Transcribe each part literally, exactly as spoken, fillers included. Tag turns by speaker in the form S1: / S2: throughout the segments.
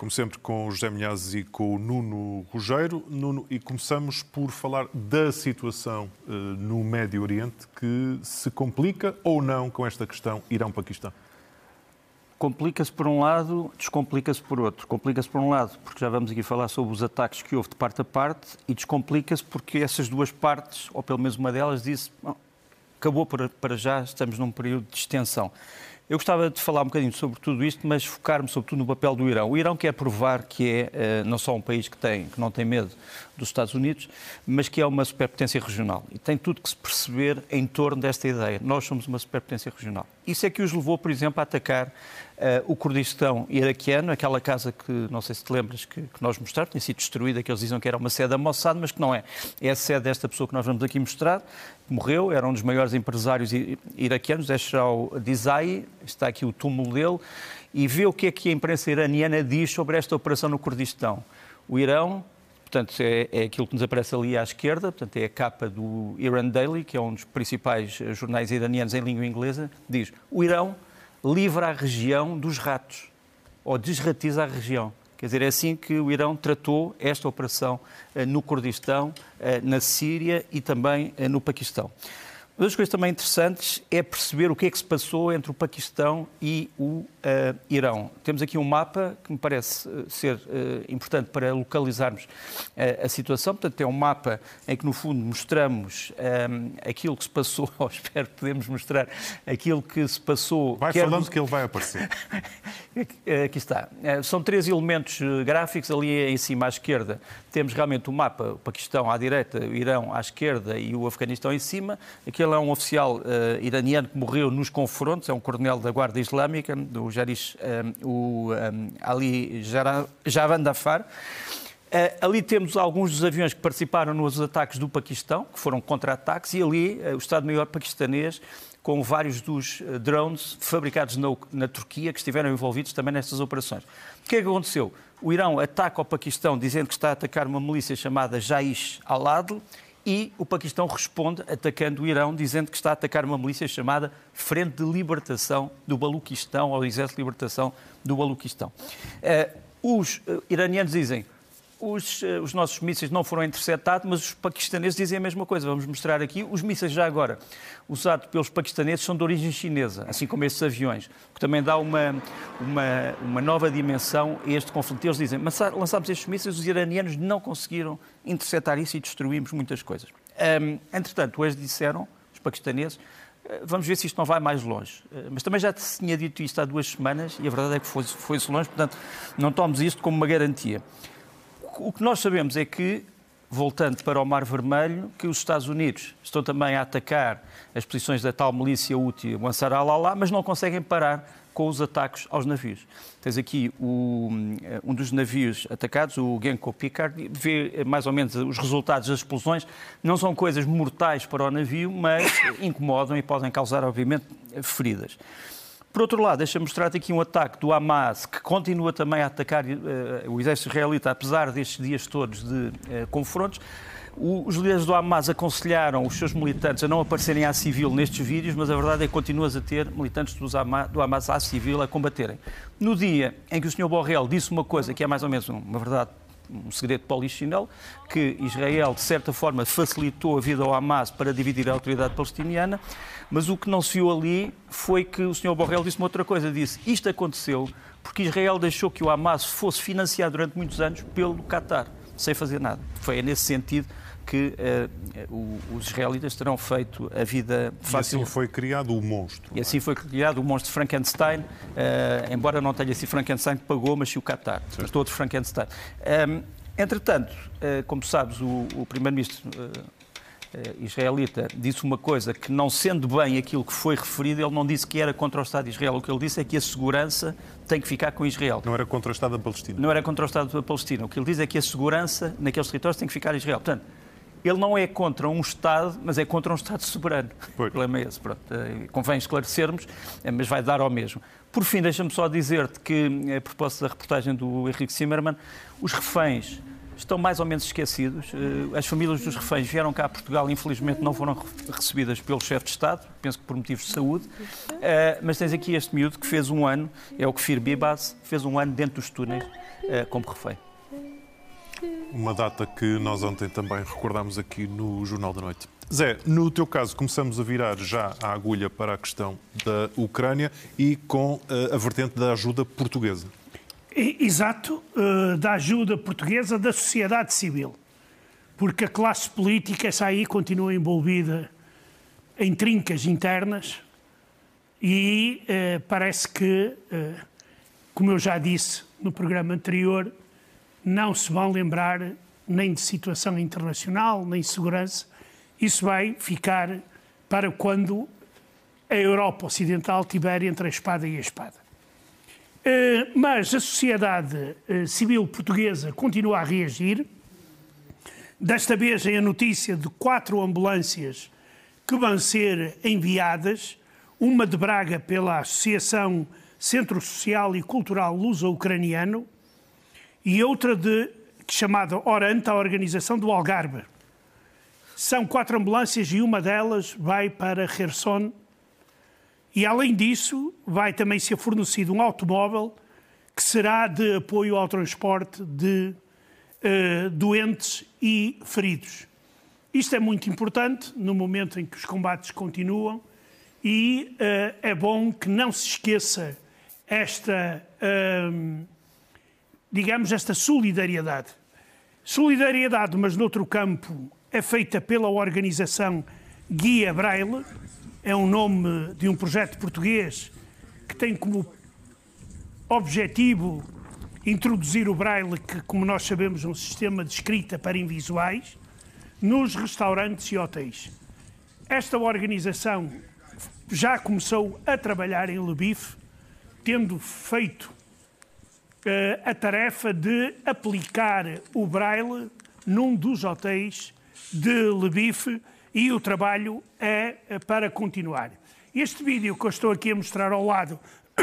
S1: como sempre, com o José Milhazes e com o Nuno Rogério. Nuno, e começamos por falar da situação uh, no Médio Oriente, que se complica ou não com esta questão Irão-Paquistão?
S2: Complica-se por um lado, descomplica-se por outro. Complica-se por um lado, porque já vamos aqui falar sobre os ataques que houve de parte a parte, e descomplica-se porque essas duas partes, ou pelo menos uma delas, disse bom, acabou para já, estamos num período de extensão. Eu gostava de falar um bocadinho sobre tudo isto, mas focar-me sobretudo no papel do Irão. O Irão quer provar que é não só um país que, tem, que não tem medo dos Estados Unidos, mas que é uma superpotência regional. E tem tudo que se perceber em torno desta ideia. Nós somos uma superpotência regional. Isso é que os levou, por exemplo, a atacar uh, o Kurdistão iraquiano, aquela casa que, não sei se te lembras, que, que nós mostramos, tinha sido destruída, que eles diziam que era uma sede da Mossad, mas que não é. É a sede desta pessoa que nós vamos aqui mostrar, que morreu, era um dos maiores empresários iraquianos, Eshrau Dizai, está aqui o túmulo dele, e vê o que é que a imprensa iraniana diz sobre esta operação no Kurdistão. O Irão, portanto, é, é aquilo que nos aparece ali à esquerda, portanto, é a capa do Iran Daily, que é um dos principais jornais iranianos em língua inglesa, diz: o Irão livra a região dos ratos, ou desratiza a região. Quer dizer, é assim que o Irão tratou esta operação no Kurdistão, na Síria e também no Paquistão. Uma das coisas também interessantes é perceber o que é que se passou entre o Paquistão e o uh, Irão. Temos aqui um mapa que me parece ser uh, importante para localizarmos uh, a situação. Portanto, é um mapa em que, no fundo, mostramos um, aquilo que se passou, ou espero que podemos mostrar aquilo que se passou...
S1: Vai falando no... que ele vai aparecer.
S2: Aqui está. Uh, são três elementos gráficos. Ali em cima, à esquerda, temos realmente o mapa, o Paquistão à direita, o Irão à esquerda e o Afeganistão em cima. Aqui é um oficial uh, iraniano que morreu nos confrontos, é um coronel da Guarda Islâmica, do Jarish, um, o um, Ali Javandafar. Uh, ali temos alguns dos aviões que participaram nos ataques do Paquistão, que foram contra-ataques, e ali uh, o Estado-Maior paquistanês, com vários dos uh, drones fabricados na, na Turquia, que estiveram envolvidos também nestas operações. O que é que aconteceu? O Irão ataca o Paquistão dizendo que está a atacar uma milícia chamada Jaish al-Adl, e o Paquistão responde atacando o Irão, dizendo que está a atacar uma milícia chamada Frente de Libertação do Baluquistão, ou Exército de Libertação do Baluquistão. Uh, os uh, iranianos dizem os, uh, os nossos mísseis não foram interceptados, mas os paquistaneses dizem a mesma coisa. Vamos mostrar aqui. Os mísseis, já agora, usados pelos paquistaneses, são de origem chinesa, assim como esses aviões, o que também dá uma, uma, uma nova dimensão a este conflito. Eles dizem, mas lançámos estes mísseis, os iranianos não conseguiram interceptar isso e destruímos muitas coisas. Um, entretanto, hoje disseram, os paquistaneses, vamos ver se isto não vai mais longe. Mas também já se tinha dito isto há duas semanas e a verdade é que foi-se foi-se longe, portanto, não tomes isto como uma garantia. O que nós sabemos é que, voltando para o Mar Vermelho, que os Estados Unidos estão também a atacar as posições da tal milícia Houthi, o Ansar al-Allah, mas não conseguem parar com os ataques aos navios. Tens aqui o, um dos navios atacados, o Genco Picard, vê mais ou menos os resultados das explosões. Não são coisas mortais para o navio, mas incomodam e podem causar, obviamente, feridas. Por outro lado, deixa-me mostrar-te aqui um ataque do Hamas, que continua também a atacar uh, o exército israelita, apesar destes dias todos de uh, confrontos. O, os líderes do Hamas aconselharam os seus militantes a não aparecerem à civil nestes vídeos, mas a verdade é que continuas a ter militantes do Hamas, do Hamas à civil a combaterem. No dia em que o senhor Borrell disse uma coisa que é mais ou menos uma verdade, um segredo de polichinelo, que Israel, de certa forma, facilitou a vida ao Hamas para dividir a autoridade palestiniana, mas o que não se viu ali foi que o senhor Borrell disse uma outra coisa, disse isto aconteceu porque Israel deixou que o Hamas fosse financiado durante muitos anos pelo Qatar, sem fazer nada. Foi nesse sentido que uh, os israelitas terão feito a vida fácil.
S1: E assim foi criado o monstro.
S2: E assim foi criado o monstro Frankenstein, uh, embora não tenha sido Frankenstein que pagou, mas sim o Qatar. Mas todo Frankenstein. Um, entretanto, uh, como sabes, o, o primeiro-ministro uh, uh, israelita disse uma coisa que, não sendo bem aquilo que foi referido, ele não disse que era contra o Estado de Israel. O que ele disse é que a segurança tem que ficar com Israel.
S1: Não era contra o Estado da Palestina.
S2: Não era contra o Estado da Palestina. O que ele diz é que a segurança naqueles territórios tem que ficar em Israel. Portanto, ele não é contra um Estado, mas é contra um Estado soberano. Pois. O problema é esse. Pronto. Convém esclarecermos, mas vai dar ao mesmo. Por fim, deixa-me só dizer-te que, a propósito da reportagem do Henrique Zimmermann, os reféns estão mais ou menos esquecidos. As famílias dos reféns vieram cá a Portugal, infelizmente não foram recebidas pelo chefe de Estado, penso que por motivos de saúde, mas tens aqui este miúdo que fez um ano, é o Kfir Bibas, fez um ano dentro dos túneis. como refém.
S1: Uma data que nós ontem também recordámos aqui no Jornal da Noite. Zé, no teu caso, começamos a virar já a agulha para a questão da Ucrânia e com a vertente da ajuda portuguesa.
S3: Exato, da ajuda portuguesa da sociedade civil, porque a classe política, essa aí, continua envolvida em trincas internas e eh, parece que, eh, como eu já disse no programa anterior, não se vão lembrar nem de situação internacional, nem de segurança. Isso vai ficar para quando a Europa Ocidental estiver entre a espada e a espada. Eh, mas a sociedade eh, civil portuguesa continua a reagir. Desta vez é a notícia de quatro ambulâncias que vão ser enviadas, uma de Braga pela Associação Centro Social e Cultural Luso-Ucraniano e outra de, chamada Oranta, a Organização do Algarve. São quatro ambulâncias e uma delas vai para Kherson e, além disso, vai também ser fornecido um automóvel que será de apoio ao transporte de uh, doentes e feridos. Isto é muito importante no momento em que os combates continuam e uh, é bom que não se esqueça esta, uh, digamos, esta solidariedade. Solidariedade, mas noutro campo, é feita pela organização Guia Braille, é um nome de um projeto português que tem como objetivo introduzir o Braille, que, como nós sabemos, é um sistema de escrita para invisuais, nos restaurantes e hotéis. Esta organização já começou a trabalhar em Lviv, tendo feito uh, a tarefa de aplicar o Braille num dos hotéis de Lviv e o trabalho é para continuar. Este vídeo que eu estou aqui a mostrar ao lado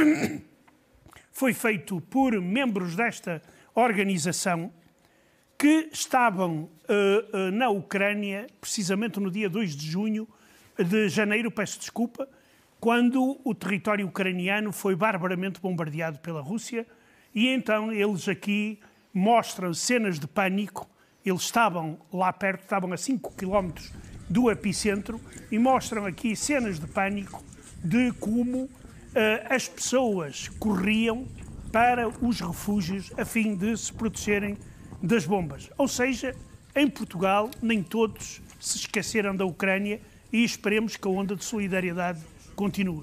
S3: foi feito por membros desta organização que estavam uh, uh, na Ucrânia, precisamente no dia dois de junho, de janeiro, peço desculpa, quando o território ucraniano foi barbaramente bombardeado pela Rússia, e então eles aqui mostram cenas de pânico. Eles estavam lá perto, estavam a cinco quilómetros do epicentro, e mostram aqui cenas de pânico de como uh, as pessoas corriam para os refúgios a fim de se protegerem das bombas. Ou seja, em Portugal nem todos se esqueceram da Ucrânia e esperemos que a onda de solidariedade continue.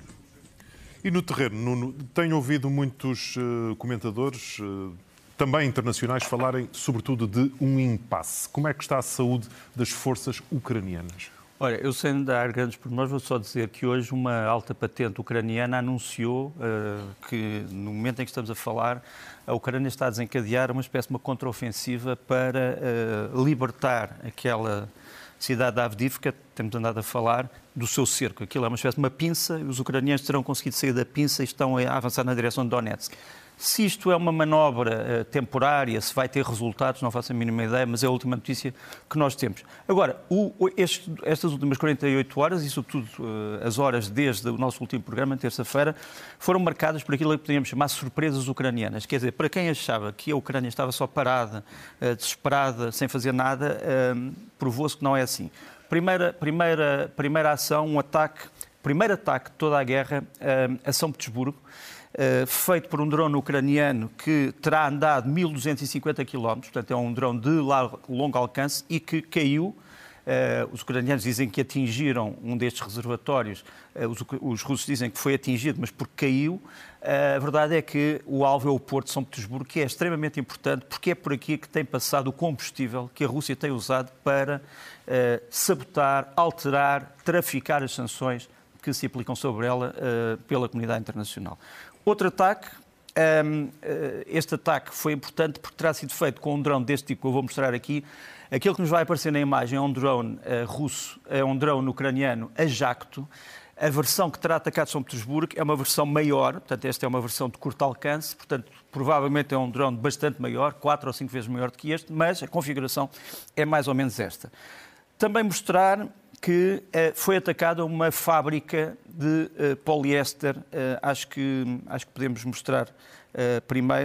S1: E no terreno, Nuno, tenho ouvido muitos uh, comentadores, uh, também internacionais, falarem sobretudo de um impasse. Como é que está a saúde das forças ucranianas?
S2: Olha, eu sem dar grandes pormenores, vou só dizer que hoje uma alta patente ucraniana anunciou uh, que, no momento em que estamos a falar, a Ucrânia está a desencadear uma espécie de uma contraofensiva para uh, libertar aquela cidade de Avdiivka, temos andado a falar, do seu cerco. Aquilo é uma espécie de uma pinça, e os ucranianos terão conseguido sair da pinça e estão a avançar na direção de Donetsk. Se isto é uma manobra uh, temporária, se vai ter resultados, não faço a mínima ideia, mas é a última notícia que nós temos. Agora, o, o, este, estas últimas quarenta e oito horas, e sobretudo uh, as horas desde o nosso último programa, terça-feira, foram marcadas por aquilo que poderíamos chamar surpresas ucranianas. Quer dizer, para quem achava que a Ucrânia estava só parada, uh, desesperada, sem fazer nada, uh, provou-se que não é assim. Primeira, primeira, primeira ação, um ataque, primeiro ataque de toda a guerra uh, a São Petersburgo, Uh, feito por um drone ucraniano que terá andado mil duzentos e cinquenta quilómetros, portanto é um drone de largo, longo alcance e que caiu. Uh, os ucranianos dizem que atingiram um destes reservatórios, uh, os, os russos dizem que foi atingido, mas porque caiu. Uh, a verdade é que o alvo é o Porto de São Petersburgo, que é extremamente importante, porque é por aqui que tem passado o combustível que a Rússia tem usado para uh, sabotar, alterar, traficar as sanções que se aplicam sobre ela uh, pela comunidade internacional. Outro ataque, um, este ataque foi importante porque terá sido feito com um drone deste tipo que eu vou mostrar aqui. Aquilo que nos vai aparecer na imagem é um drone uh, russo, é um drone ucraniano a jacto. A versão que terá atacado São Petersburgo é uma versão maior, portanto esta é uma versão de curto alcance, portanto provavelmente é um drone bastante maior, quatro ou cinco vezes maior do que este, mas a configuração é mais ou menos esta. Também mostrar que uh, foi atacada uma fábrica de uh, poliéster. Uh, acho que, acho que podemos mostrar uh, primeiro.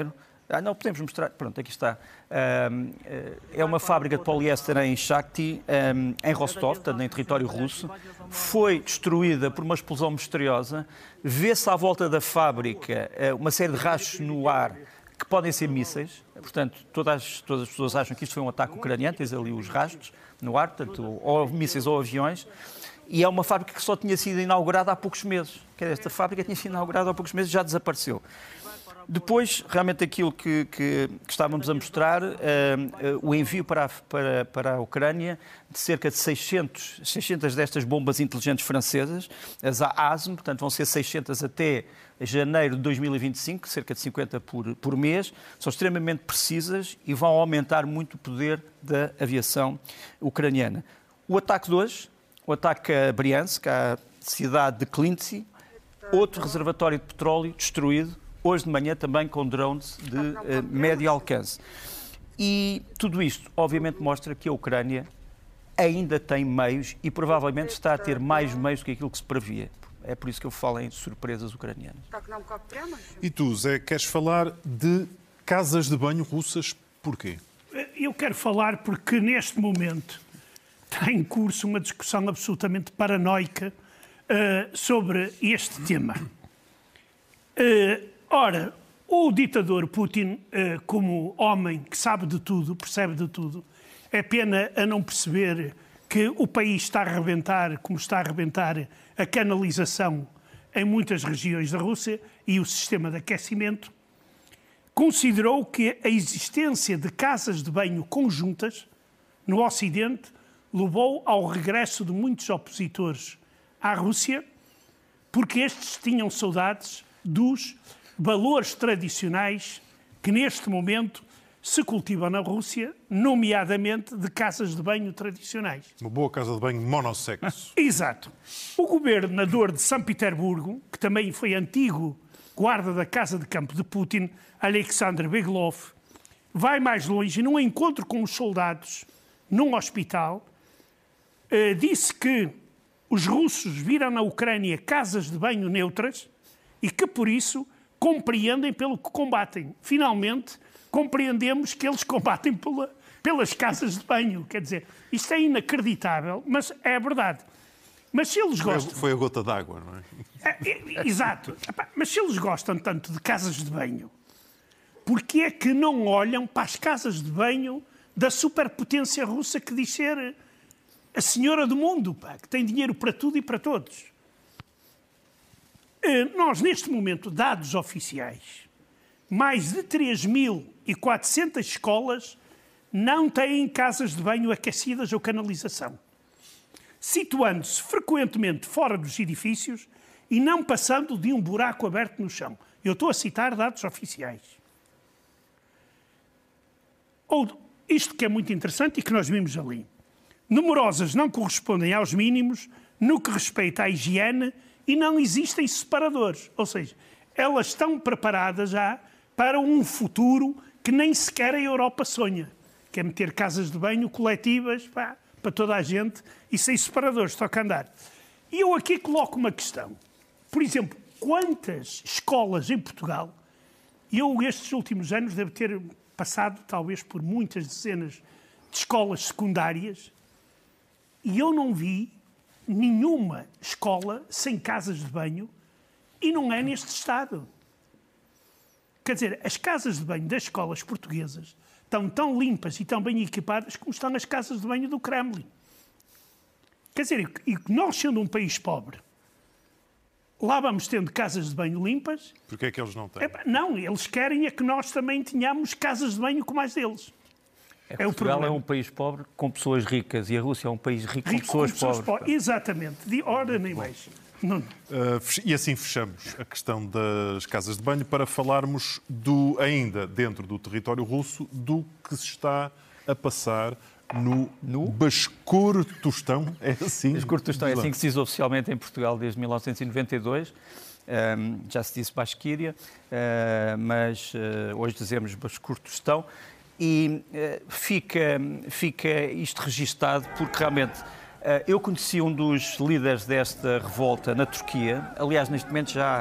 S2: Ah, não, podemos mostrar. Pronto, aqui está. Um, é uma fábrica de poliéster em Shakhty, um, em Rostov, portanto, em território russo. Foi destruída por uma explosão misteriosa. Vê-se à volta da fábrica uma série de rachos no ar que podem ser mísseis. Portanto, todas, todas as pessoas acham que isto foi um ataque ucraniano. Tens ali os rastros no ar, portanto, ou mísseis ou aviões. E é uma fábrica que só tinha sido inaugurada há poucos meses. Quer dizer, esta fábrica tinha sido inaugurada há poucos meses e já desapareceu. Depois, realmente, aquilo que, que, que estávamos a mostrar, uh, uh, o envio para a, para, para a Ucrânia de cerca de seiscentas, seiscentas destas bombas inteligentes francesas, as A S M, portanto, vão ser seiscentas até janeiro de dois mil e vinte e cinco, cerca de cinquenta por, por mês, são extremamente precisas e vão aumentar muito o poder da aviação ucraniana. O ataque de hoje, o ataque a Briansk, à cidade de Klintsi, outro reservatório de petróleo destruído, hoje de manhã também com drones de uh, médio alcance. E tudo isto, obviamente, mostra que a Ucrânia ainda tem meios e provavelmente está a ter mais meios do que aquilo que se previa. É por isso que eu falo em surpresas ucranianas.
S1: E tu, Zé, queres falar de casas de banho russas? Porquê?
S3: Eu quero falar porque, neste momento, está em curso uma discussão absolutamente paranoica uh, sobre este tema. Uh, Ora, o ditador Putin, como homem que sabe de tudo, percebe de tudo, é pena a não perceber que o país está a arrebentar, como está a arrebentar a canalização em muitas regiões da Rússia e o sistema de aquecimento, considerou que a existência de casas de banho conjuntas no Ocidente levou ao regresso de muitos opositores à Rússia, porque estes tinham saudades dos valores tradicionais que neste momento se cultivam na Rússia, nomeadamente de casas de banho tradicionais.
S1: Uma boa casa de banho monossexo.
S3: Exato. O governador de São Petersburgo, que também foi antigo guarda da casa de campo de Putin, Alexander Beglov, vai mais longe e num encontro com os soldados num hospital, eh, disse que os russos viram na Ucrânia casas de banho neutras e que, por isso, compreendem pelo que combatem. Finalmente, compreendemos que eles combatem pela, pelas casas de banho. Quer dizer, isto é inacreditável, mas é verdade. Mas se eles gostam...
S1: Foi a gota d'água, não é?
S3: é, é exato. Mas se eles gostam tanto de casas de banho, porquê é que não olham para as casas de banho da superpotência russa que diz ser a senhora do mundo, pá, que tem dinheiro para tudo e para todos? Nós, neste momento, dados oficiais, mais de três mil e quatrocentas escolas não têm casas de banho aquecidas ou canalização, situando-se frequentemente fora dos edifícios e não passando de um buraco aberto no chão. Eu estou a citar dados oficiais. Ou isto que é muito interessante e que nós vimos ali. Numerosas não correspondem aos mínimos no que respeita à higiene e não existem separadores. Ou seja, elas estão preparadas já para um futuro que nem sequer a Europa sonha, que é meter casas de banho coletivas pá, para toda a gente e sem separadores, toca andar. E eu aqui coloco uma questão. Por exemplo, quantas escolas em Portugal, e eu estes últimos anos devo ter passado talvez por muitas dezenas de escolas secundárias, e eu não vi nenhuma escola sem casas de banho, e não é neste estado. Quer dizer, as casas de banho das escolas portuguesas estão tão limpas e tão bem equipadas como estão as casas de banho do Kremlin. Quer dizer, e nós sendo um país pobre, lá vamos tendo casas de banho limpas.
S1: Porquê é que eles não têm?
S3: É, não, eles querem é que nós também tenhamos casas de banho como as deles.
S2: É, é Portugal é um país pobre com pessoas ricas e a Rússia é um país rico, rico com pessoas, com pessoas pobres.
S3: pobres. Exatamente, de hora nem mais. Não.
S1: Uh, e assim fechamos a questão das casas de banho para falarmos do, ainda dentro do território russo, do que se está a passar no, no? Bascortostão. É assim?
S2: Bascortostão é assim que se diz oficialmente em Portugal desde mil novecentos e noventa e dois. Um, já se disse Basquíria, uh, mas uh, hoje dizemos Bascortostão. E uh, fica, fica isto registado porque realmente uh, eu conheci um dos líderes desta revolta na Turquia. Aliás, neste momento já há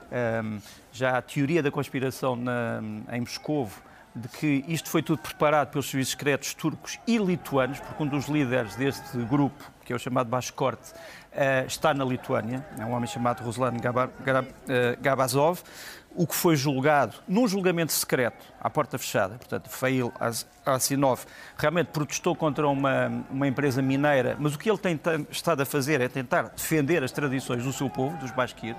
S2: um, já a teoria da conspiração na, em Moscovo, de que isto foi tudo preparado pelos serviços secretos turcos e lituanos, porque um dos líderes deste grupo, que é o chamado Bashkort, uh, está na Lituânia, é um homem chamado Ruslan Gabazov, o que foi julgado num julgamento secreto, à porta fechada. Portanto, Fail Asinov realmente protestou contra uma, uma empresa mineira, mas o que ele tem estado a fazer é tentar defender as tradições do seu povo, dos basquir.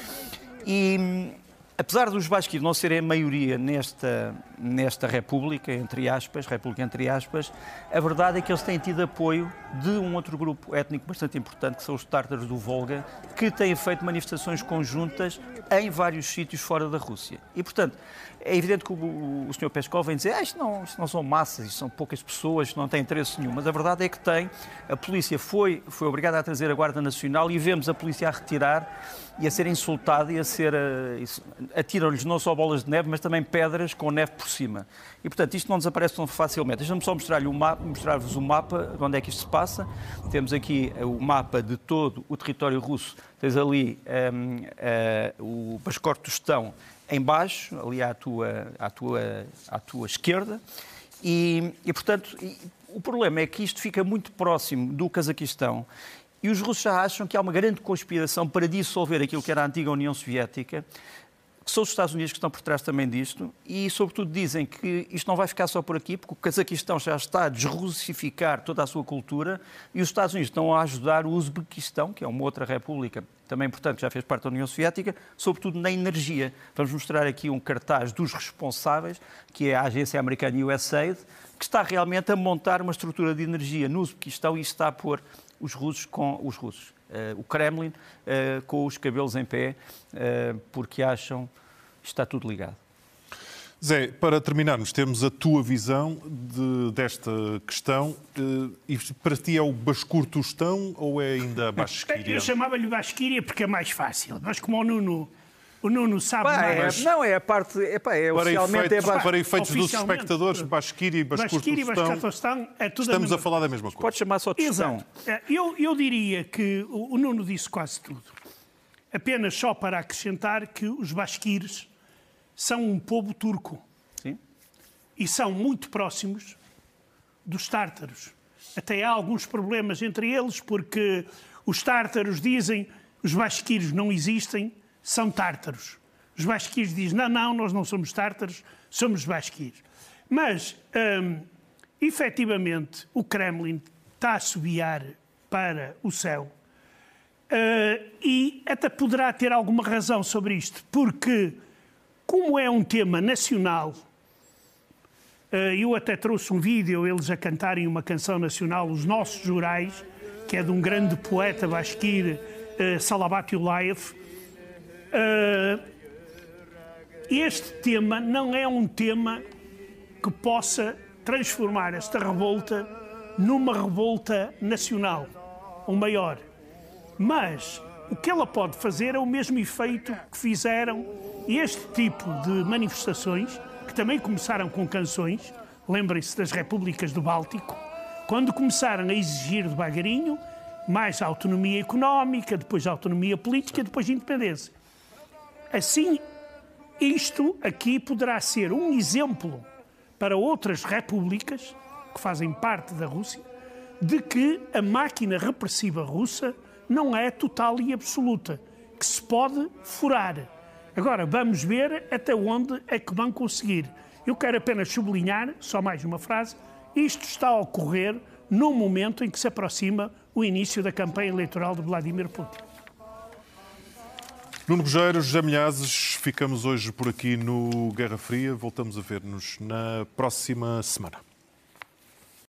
S2: E, apesar dos basquir não serem a maioria nesta, nesta república, entre aspas, república entre aspas, a verdade é que eles têm tido apoio de um outro grupo étnico bastante importante, que são os tártaros do Volga, que têm feito manifestações conjuntas em vários sítios fora da Rússia. E, portanto, é evidente que o, o senhor Peskov vem dizer ah, isto, não, isto não são massas, isto são poucas pessoas, isto não tem interesse nenhum. Mas a verdade é que tem. A polícia foi, foi obrigada a trazer a Guarda Nacional e vemos a polícia a retirar e a ser insultada e a ser... Atiram-lhes não só bolas de neve, mas também pedras com neve por cima. E, portanto, isto não desaparece tão facilmente. Deixa-me só mostrar-lhe o mapa, mostrar-vos o mapa de onde é que isto se passa. Temos aqui o mapa de todo o território russo. Tens ali um, uh, o Bashkortostão em baixo, ali à tua, à tua, à tua esquerda. E, e portanto, e, o problema é que isto fica muito próximo do Cazaquistão. E os russos já acham que há uma grande conspiração para dissolver aquilo que era a antiga União Soviética, que são os Estados Unidos que estão por trás também disto, e sobretudo dizem que isto não vai ficar só por aqui, porque o Cazaquistão já está a desrussificar toda a sua cultura, e os Estados Unidos estão a ajudar o Uzbequistão, que é uma outra república também importante, que já fez parte da União Soviética, sobretudo na energia. Vamos mostrar aqui um cartaz dos responsáveis, que é a agência americana U S A I D, que está realmente a montar uma estrutura de energia no Uzbequistão e está a pôr os russos com os russos. Uh, o Kremlin uh, com os cabelos em pé, uh, porque acham que está tudo ligado.
S1: Zé, para terminarmos, temos a tua visão de, desta questão. Uh, e para ti é o Bashkortostão ou é ainda a Bashquíria?
S3: Eu chamava-lhe Bashquíria porque é mais fácil. Mas como o Nuno, o Nuno sabe
S2: pá,
S3: mais...
S2: É, não, é a parte... É, pá, é,
S1: para
S2: oficialmente
S1: efeitos,
S2: é pá,
S1: para efeitos dos espectadores, Bashquíria e Bashkortostão,
S3: é tudo
S1: estamos
S3: a,
S1: a falar da mesma coisa.
S2: Pode chamar só de questão.
S3: Eu, eu diria que o, o Nuno disse quase tudo. Apenas só para acrescentar que os basquires são um povo turco.
S2: Sim.
S3: E são muito próximos dos tártaros. Até há alguns problemas entre eles, porque os tártaros dizem os basquires não existem, são tártaros. Os basquires dizem, não, não, nós não somos tártaros, somos basquires. Mas, hum, efetivamente, o Kremlin está a assobiar para o céu uh, e até poderá ter alguma razão sobre isto, porque, como é um tema nacional, uh, eu até trouxe um vídeo, eles a cantarem uma canção nacional, Os Nossos Jurais, que é de um grande poeta basquir, uh, Salavat Yulayev. Uh, este tema não é um tema que possa transformar esta revolta numa revolta nacional, ou maior. Mas o que ela pode fazer é o mesmo efeito que fizeram este tipo de manifestações, que também começaram com canções, lembrem-se das repúblicas do Báltico, quando começaram a exigir devagarinho mais autonomia económica, depois autonomia política, depois independência. Assim, isto aqui poderá ser um exemplo para outras repúblicas que fazem parte da Rússia de que a máquina repressiva russa não é total e absoluta, que se pode furar. Agora, vamos ver até onde é que vão conseguir. Eu quero apenas sublinhar, só mais uma frase, isto está a ocorrer num momento em que se aproxima o início da campanha eleitoral de Vladimir Putin.
S1: Nuno Rogério, José Milhazes, ficamos hoje por aqui no Guerra Fria. Voltamos a ver-nos na próxima semana.